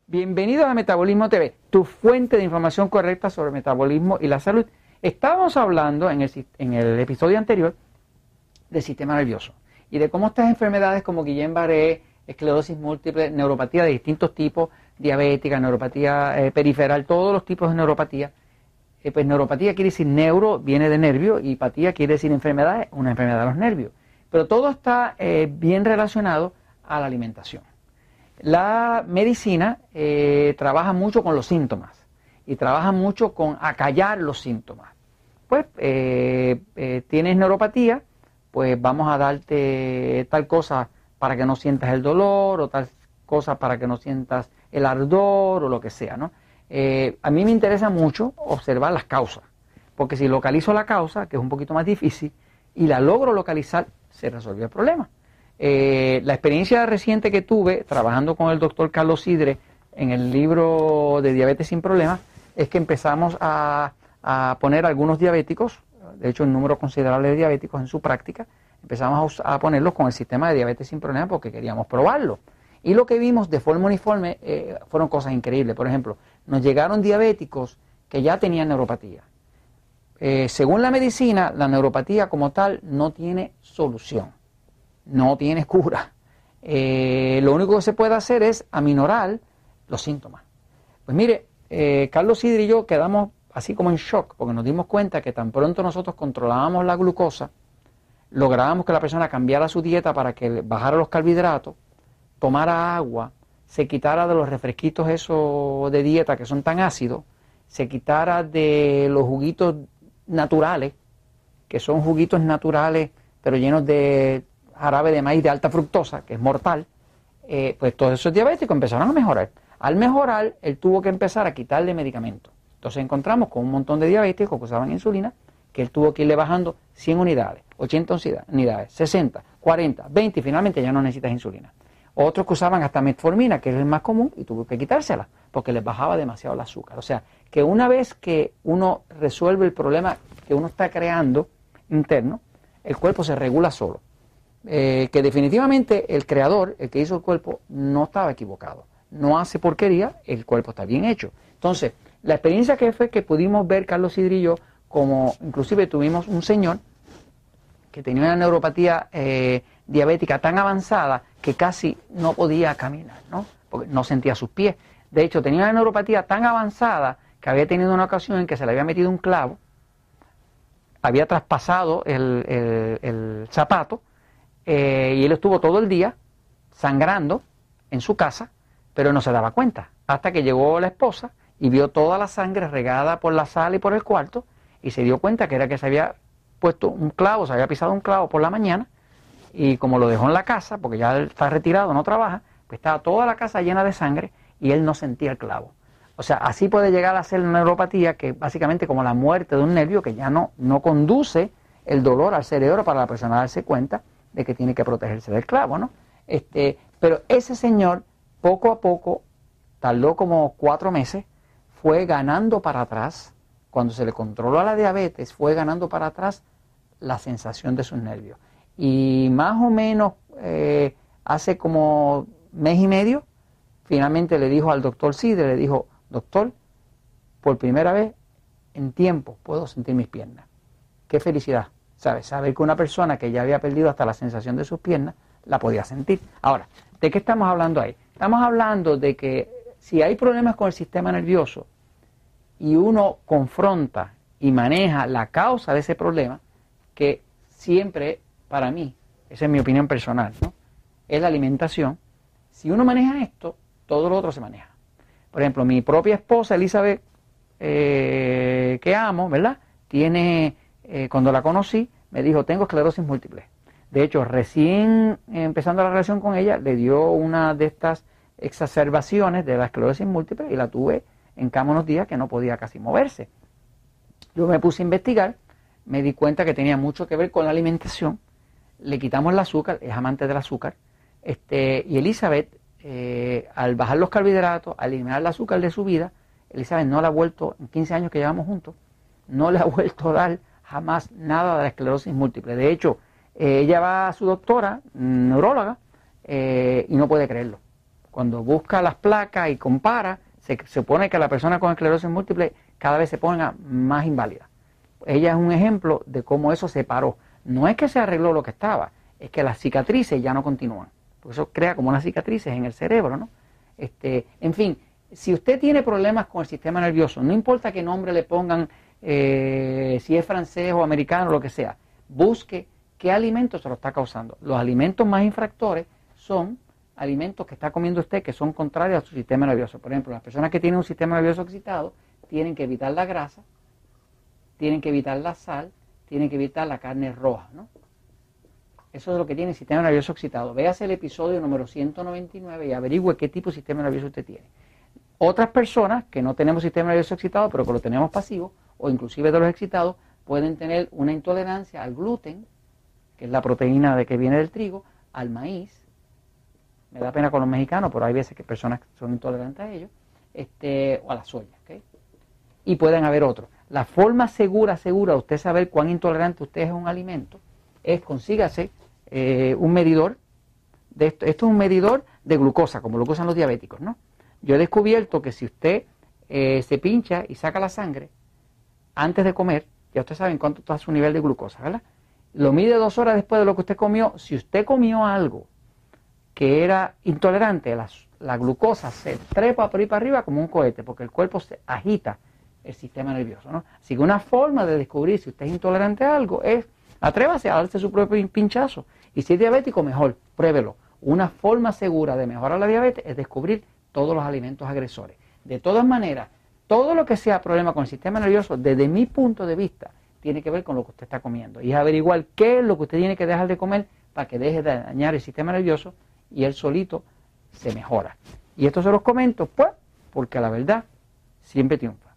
Bienvenidos a Metabolismo TV, tu fuente de información correcta sobre el metabolismo y la salud. Estábamos hablando en el episodio anterior del sistema nervioso y de cómo estas enfermedades como Guillain-Barré, esclerosis múltiple, neuropatía de distintos tipos, diabética, neuropatía periferal, todos los tipos de neuropatía. Pues neuropatía quiere decir neuro, viene de nervio, y patía quiere decir enfermedad, una enfermedad de los nervios. Pero todo está bien relacionado a la alimentación. La medicina trabaja mucho con los síntomas y trabaja mucho con acallar los síntomas. Pues tienes neuropatía, pues vamos a darte tal cosa para que no sientas el dolor o tal cosa para que no sientas el ardor o lo que sea, ¿no? A mí me interesa mucho observar las causas, porque si localizo la causa, que es un poquito más difícil, y la logro localizar, se resolvió el problema. La experiencia reciente que tuve trabajando con el doctor Carlos Sidre en el libro de Diabetes sin Problemas es que empezamos a poner algunos diabéticos, de hecho un número considerable de diabéticos en su práctica, empezamos a ponerlos con el sistema de Diabetes sin Problemas porque queríamos probarlo. Y lo que vimos de forma uniforme fueron cosas increíbles. Por ejemplo, nos llegaron diabéticos que ya tenían neuropatía. Según la medicina, la neuropatía como tal no tiene solución. No tiene cura. Lo único que se puede hacer es aminorar los síntomas. Pues mire, Carlos Sidre y yo quedamos así como en shock, porque nos dimos cuenta que tan pronto nosotros controlábamos la glucosa, lográbamos que la persona cambiara su dieta para que bajara los carbohidratos, tomara agua, se quitara de los refresquitos esos de dieta que son tan ácidos, se quitara de los juguitos naturales, que son juguitos naturales, pero llenos de jarabe de maíz de alta fructosa, que es mortal. Pues todos esos diabéticos empezaron a mejorar. Al mejorar, él tuvo que empezar a quitarle medicamentos. Entonces encontramos con un montón de diabéticos que usaban insulina, que él tuvo que irle bajando 100 unidades, 80 unidades, 60, 40, 20 y finalmente ya no necesitas insulina. Otros que usaban hasta metformina, que es el más común, y tuvo que quitársela, porque les bajaba demasiado el azúcar. O sea, que una vez que uno resuelve el problema que uno está creando interno, el cuerpo se regula solo. Que definitivamente el creador, el que hizo el cuerpo, no estaba equivocado. No hace porquería, el cuerpo está bien hecho. Entonces, la experiencia que fue que pudimos ver Carlos Sidre y yo, como inclusive tuvimos un señor que tenía una neuropatía diabética tan avanzada que casi no podía caminar, ¿no? Porque no sentía sus pies. De hecho, tenía una neuropatía tan avanzada que había tenido una ocasión en que se le había metido un clavo, había traspasado el zapato, y él estuvo todo el día sangrando en su casa, pero no se daba cuenta, hasta que llegó la esposa y vio toda la sangre regada por la sala y por el cuarto, y se dio cuenta que era que se había puesto un clavo, se había pisado un clavo por la mañana, y como lo dejó en la casa, porque ya él está retirado, no trabaja, pues estaba toda la casa llena de sangre y él no sentía el clavo. O sea, así puede llegar a ser la neuropatía, que básicamente como la muerte de un nervio que ya no conduce el dolor al cerebro para la persona darse cuenta de que tiene que protegerse del clavo, ¿no? Pero ese señor, poco a poco, tardó como 4 meses, fue ganando para atrás, cuando se le controló la diabetes, fue ganando para atrás la sensación de sus nervios. Y más o menos hace como mes y medio, finalmente le dijo al doctor Sidre, le dijo, doctor, por primera vez en tiempo puedo sentir mis piernas. Qué felicidad, ¿sabes? Saber que una persona que ya había perdido hasta la sensación de sus piernas, la podía sentir. Ahora, ¿de qué estamos hablando ahí? Estamos hablando de que si hay problemas con el sistema nervioso y uno confronta y maneja la causa de ese problema, que siempre, para mí, esa es mi opinión personal, ¿no?, es la alimentación. Si uno maneja esto, todo lo otro se maneja. Por ejemplo, mi propia esposa, Elizabeth, que amo, ¿verdad?, tiene, cuando la conocí, me dijo, tengo esclerosis múltiple. De hecho, recién empezando la relación con ella, le dio una de estas exacerbaciones de la esclerosis múltiple y la tuve en cama unos días que no podía casi moverse. Yo me puse a investigar, me di cuenta que tenía mucho que ver con la alimentación, le quitamos el azúcar, es amante del azúcar, y Elizabeth, al bajar los carbohidratos, al eliminar el azúcar de su vida, Elizabeth no le ha vuelto, en 15 años que llevamos juntos, no le ha vuelto a dar jamás nada de la esclerosis múltiple. De hecho, ella va a su doctora, neuróloga, y no puede creerlo. cuando busca las placas y compara, se supone que la persona con esclerosis múltiple cada vez se ponga más inválida. Ella es un ejemplo de cómo eso se paró. No es que se arregló lo que estaba, es que las cicatrices ya no continúan. Porque eso crea como unas cicatrices en el cerebro, ¿no? En fin, si usted tiene problemas con el sistema nervioso, no importa qué nombre le pongan, si es francés o americano, lo que sea, busque qué alimento se lo está causando. Los alimentos más infractores son alimentos que está comiendo usted que son contrarios a su sistema nervioso. Por ejemplo, las personas que tienen un sistema nervioso excitado tienen que evitar la grasa, tienen que evitar la sal, tienen que evitar la carne roja, ¿no? Eso es lo que tiene el sistema nervioso excitado. Véase el episodio número 199 y averigüe qué tipo de sistema nervioso usted tiene. Otras personas que no tenemos sistema nervioso excitado, pero que lo tenemos pasivo, o inclusive de los excitados, pueden tener una intolerancia al gluten, que es la proteína de que viene del trigo, al maíz. Me da pena con los mexicanos, pero hay veces que personas son intolerantes a ellos, o a la soya, ¿okay? Y pueden haber otros. La forma segura de usted saber cuán intolerante usted es a un alimento es consígase un medidor. Esto es un medidor de glucosa, como lo que usan los diabéticos, ¿no? Yo he descubierto que si usted se pincha y saca la sangre antes de comer, ya usted sabe en cuánto está su nivel de glucosa, ¿verdad? Lo mide 2 horas después de lo que usted comió. Si usted comió algo que era intolerante, la glucosa se trepa por ahí para arriba como un cohete, porque el cuerpo se agita el sistema nervioso, ¿no? Así que una forma de descubrir si usted es intolerante a algo es atrévase a darse su propio pinchazo. Y si es diabético, mejor, pruébelo. Una forma segura de mejorar la diabetes es descubrir todos los alimentos agresores. De todas maneras, todo lo que sea problema con el sistema nervioso, desde mi punto de vista, tiene que ver con lo que usted está comiendo. Y es averiguar qué es lo que usted tiene que dejar de comer para que deje de dañar el sistema nervioso y él solito se mejora. Y esto se los comento, pues, porque la verdad siempre triunfa.